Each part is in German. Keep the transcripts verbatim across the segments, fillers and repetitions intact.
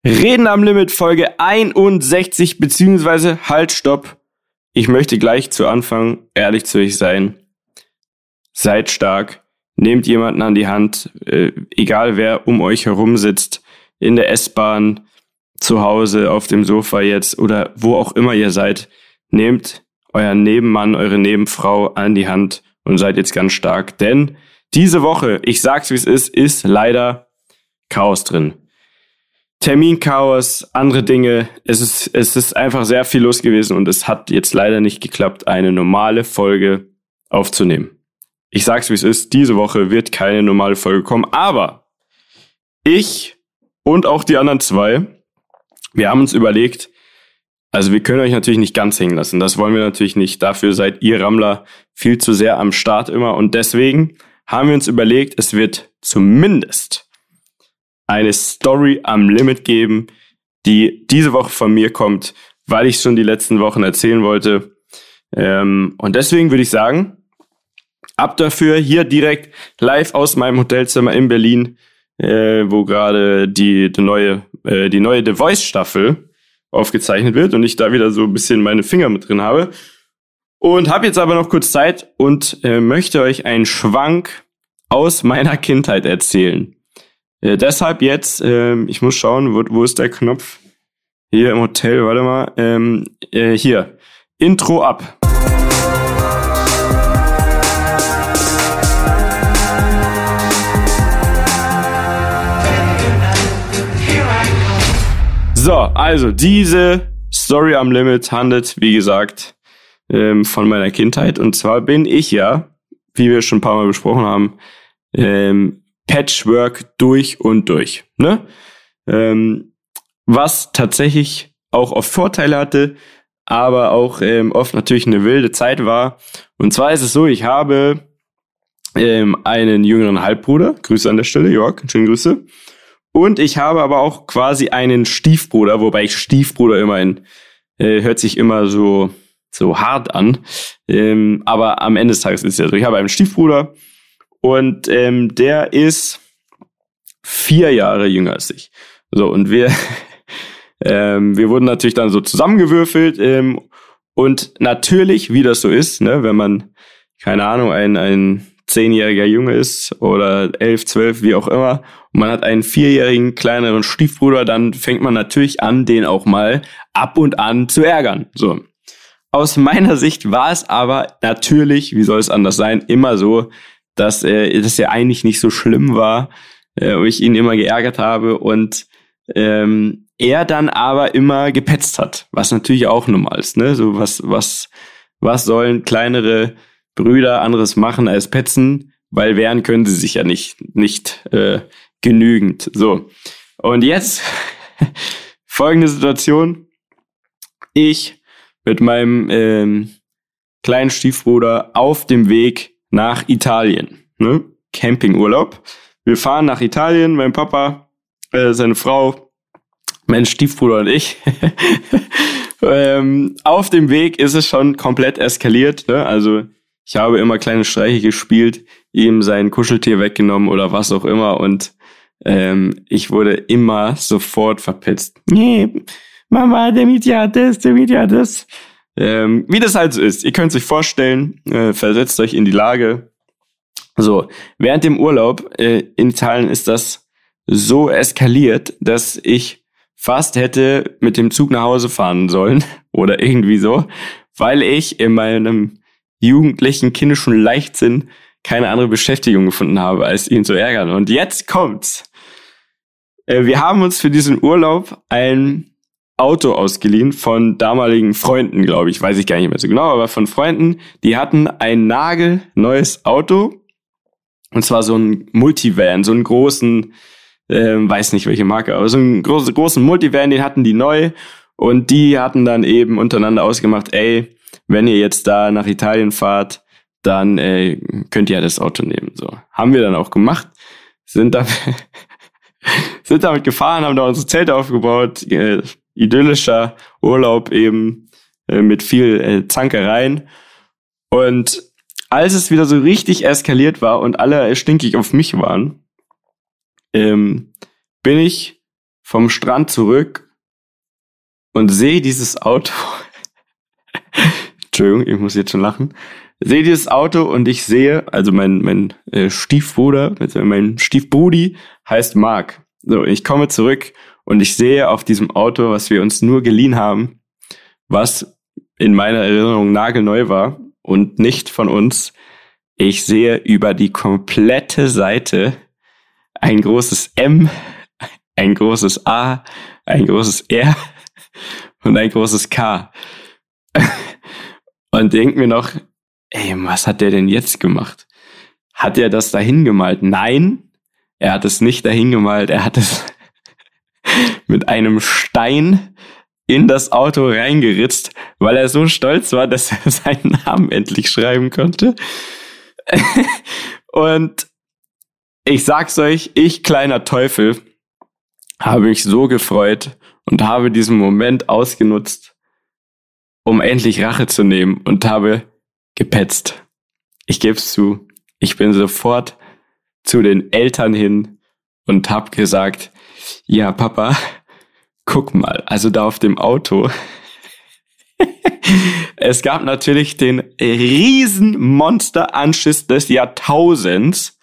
Reden am Limit, Folge einundsechzig, beziehungsweise halt, stopp. Ich möchte gleich zu Anfang ehrlich zu euch sein. Seid stark, nehmt jemanden an die Hand, äh, egal wer um euch herum sitzt, in der S-Bahn, zu Hause, auf dem Sofa jetzt oder wo auch immer ihr seid. Nehmt euren Nebenmann, eure Nebenfrau an die Hand und seid jetzt ganz stark. Denn diese Woche, ich sag's wie es ist, ist leider Chaos drin. Terminchaos, andere Dinge. Es ist, es ist einfach sehr viel los gewesen und es hat jetzt leider nicht geklappt, eine normale Folge aufzunehmen. Ich sag's wie es ist, diese Woche wird keine normale Folge kommen, aber ich und auch die anderen zwei, wir haben uns überlegt, also wir können euch natürlich nicht ganz hängen lassen, das wollen wir natürlich nicht. Dafür seid ihr Rammler viel zu sehr am Start immer und deswegen haben wir uns überlegt, es wird zumindest eine Story am Limit geben, die diese Woche von mir kommt, weil ich schon die letzten Wochen erzählen wollte. Ähm, und deswegen würde ich sagen, ab dafür, hier direkt live aus meinem Hotelzimmer in Berlin, äh, wo gerade die, die neue, äh, die neue The Voice Staffel aufgezeichnet wird und ich da wieder so ein bisschen meine Finger mit drin habe. Und habe jetzt aber noch kurz Zeit und äh, möchte euch einen Schwank aus meiner Kindheit erzählen. Äh, deshalb jetzt, äh, ich muss schauen, wo, wo ist der Knopf? Hier im Hotel, warte mal. Ähm, äh, hier, Intro ab. So, also diese Story am Limit handelt, wie gesagt, ähm, von meiner Kindheit. Und zwar bin ich ja, wie wir schon ein paar Mal besprochen haben, ähm, Patchwork durch und durch, ne? Ähm, was tatsächlich auch oft Vorteile hatte, aber auch ähm, oft natürlich eine wilde Zeit war. Und zwar ist es so, ich habe ähm, einen jüngeren Halbbruder, Grüße an der Stelle, Jörg, schöne Grüße. Und ich habe aber auch quasi einen Stiefbruder, wobei ich Stiefbruder immerhin, äh, hört sich immer so so hart an. Ähm, aber am Ende des Tages ist es ja so, ich habe einen Stiefbruder und ähm, der ist vier Jahre jünger als ich. So, und wir ähm, wir wurden natürlich dann so zusammengewürfelt ähm, und natürlich, wie das so ist, ne, wenn man, keine Ahnung, ein ein zehnjähriger Junge ist oder elf, zwölf, wie auch immer, und man hat einen vierjährigen kleineren Stiefbruder, dann fängt man natürlich an, den auch mal ab und an zu ärgern. So. Aus meiner Sicht war es aber natürlich, wie soll es anders sein, immer so, dass äh, das ja eigentlich nicht so schlimm war, äh, und ich ihn immer geärgert habe und ähm, er dann aber immer gepetzt hat, was natürlich auch normal ist, ne? So was was was sollen kleinere Brüder anderes machen als petzen, weil wehren können sie sich ja nicht nicht äh, genügend. So, und jetzt folgende Situation: Ich mit meinem ähm, kleinen Stiefbruder auf dem Weg nach Italien, ne? Campingurlaub. Wir fahren nach Italien, mein Papa, äh, seine Frau, mein Stiefbruder und ich. ähm, auf dem Weg ist es schon komplett eskaliert, ne? Also ich habe immer kleine Streiche gespielt, ihm sein Kuscheltier weggenommen oder was auch immer und ähm, ich wurde immer sofort verpetzt. Nee, Mama, der Mietje hat das, der Mietje hat das. Ähm, wie das halt so ist. Ihr könnt es euch vorstellen, äh, versetzt euch in die Lage. So, während dem Urlaub äh, in Italien ist das so eskaliert, dass ich fast hätte mit dem Zug nach Hause fahren sollen oder irgendwie so, weil ich in meinem jugendlichen, kindischen Leichtsinn keine andere Beschäftigung gefunden habe, als ihn zu ärgern. Und jetzt kommt's. Äh, wir haben uns für diesen Urlaub ein Auto ausgeliehen von damaligen Freunden, glaube ich. Weiß ich gar nicht mehr so genau, aber von Freunden. Die hatten ein nagelneues Auto. Und zwar so ein Multivan, so einen großen, äh, weiß nicht welche Marke, aber so einen großen, großen Multivan, den hatten die neu. Und die hatten dann eben untereinander ausgemacht, ey, wenn ihr jetzt da nach Italien fahrt, dann äh, könnt ihr ja das Auto nehmen. So, haben wir dann auch gemacht, sind dann sind damit gefahren, haben da unsere Zelte aufgebaut, äh, idyllischer Urlaub eben äh, mit viel äh, Zankereien. Und als es wieder so richtig eskaliert war und alle stinkig auf mich waren, ähm, bin ich vom Strand zurück und sehe dieses Auto. Entschuldigung, ich muss jetzt schon lachen. Sehe dieses Auto und ich sehe, also mein, mein äh, Stiefbruder, also mein Stiefbrudi heißt Marc. So, ich komme zurück und ich sehe auf diesem Auto, was wir uns nur geliehen haben, was in meiner Erinnerung nagelneu war und nicht von uns. Ich sehe über die komplette Seite ein großes M, ein großes A, ein großes R und ein großes K. Und denke mir noch, ey, was hat der denn jetzt gemacht? Hat er das dahin gemalt? Nein, er hat es nicht dahin gemalt. Er hat es mit einem Stein in das Auto reingeritzt, weil er so stolz war, dass er seinen Namen endlich schreiben konnte. Und ich sag's euch, ich kleiner Teufel habe mich so gefreut und habe diesen Moment ausgenutzt, um endlich Rache zu nehmen und habe gepetzt. Ich geb's zu, ich bin sofort zu den Eltern hin und hab gesagt, ja Papa, guck mal, also da auf dem Auto. Es gab natürlich den riesen Monster-Anschiss des Jahrtausends.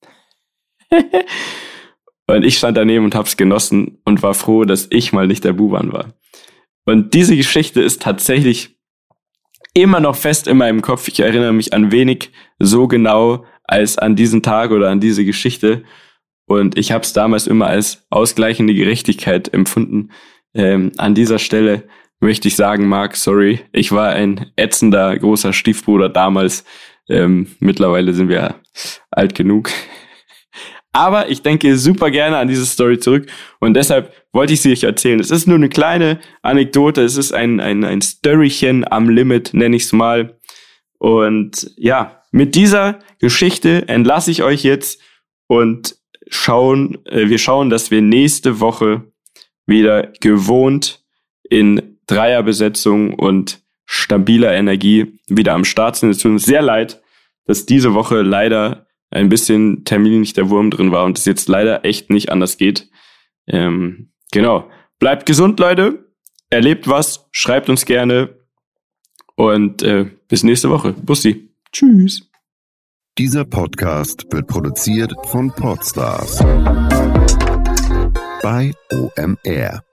Und ich stand daneben und hab's genossen und war froh, dass ich mal nicht der Buban war. Und diese Geschichte ist tatsächlich immer noch fest in meinem Kopf. Ich erinnere mich an wenig so genau als an diesen Tag oder an diese Geschichte. Und ich habe es damals immer als ausgleichende Gerechtigkeit empfunden. Ähm, an dieser Stelle möchte ich sagen, Marc, sorry, ich war ein ätzender, großer Stiefbruder damals. Ähm, mittlerweile sind wir alt genug. Aber ich denke super gerne an diese Story zurück und deshalb wollte ich sie euch erzählen. Es ist nur eine kleine Anekdote, es ist ein, ein, ein Storychen am Limit, nenne ich es mal. Und ja, mit dieser Geschichte entlasse ich euch jetzt und schauen, äh, wir schauen, dass wir nächste Woche wieder gewohnt in Dreierbesetzung und stabiler Energie wieder am Start sind. Es tut uns sehr leid, dass diese Woche leider ein bisschen terminlich der Wurm drin war und es jetzt leider echt nicht anders geht. Ähm, genau. Bleibt gesund, Leute. Erlebt was. Schreibt uns gerne. Und äh, bis nächste Woche. Bussi. Tschüss. Dieser Podcast wird produziert von Podstars bei O M R.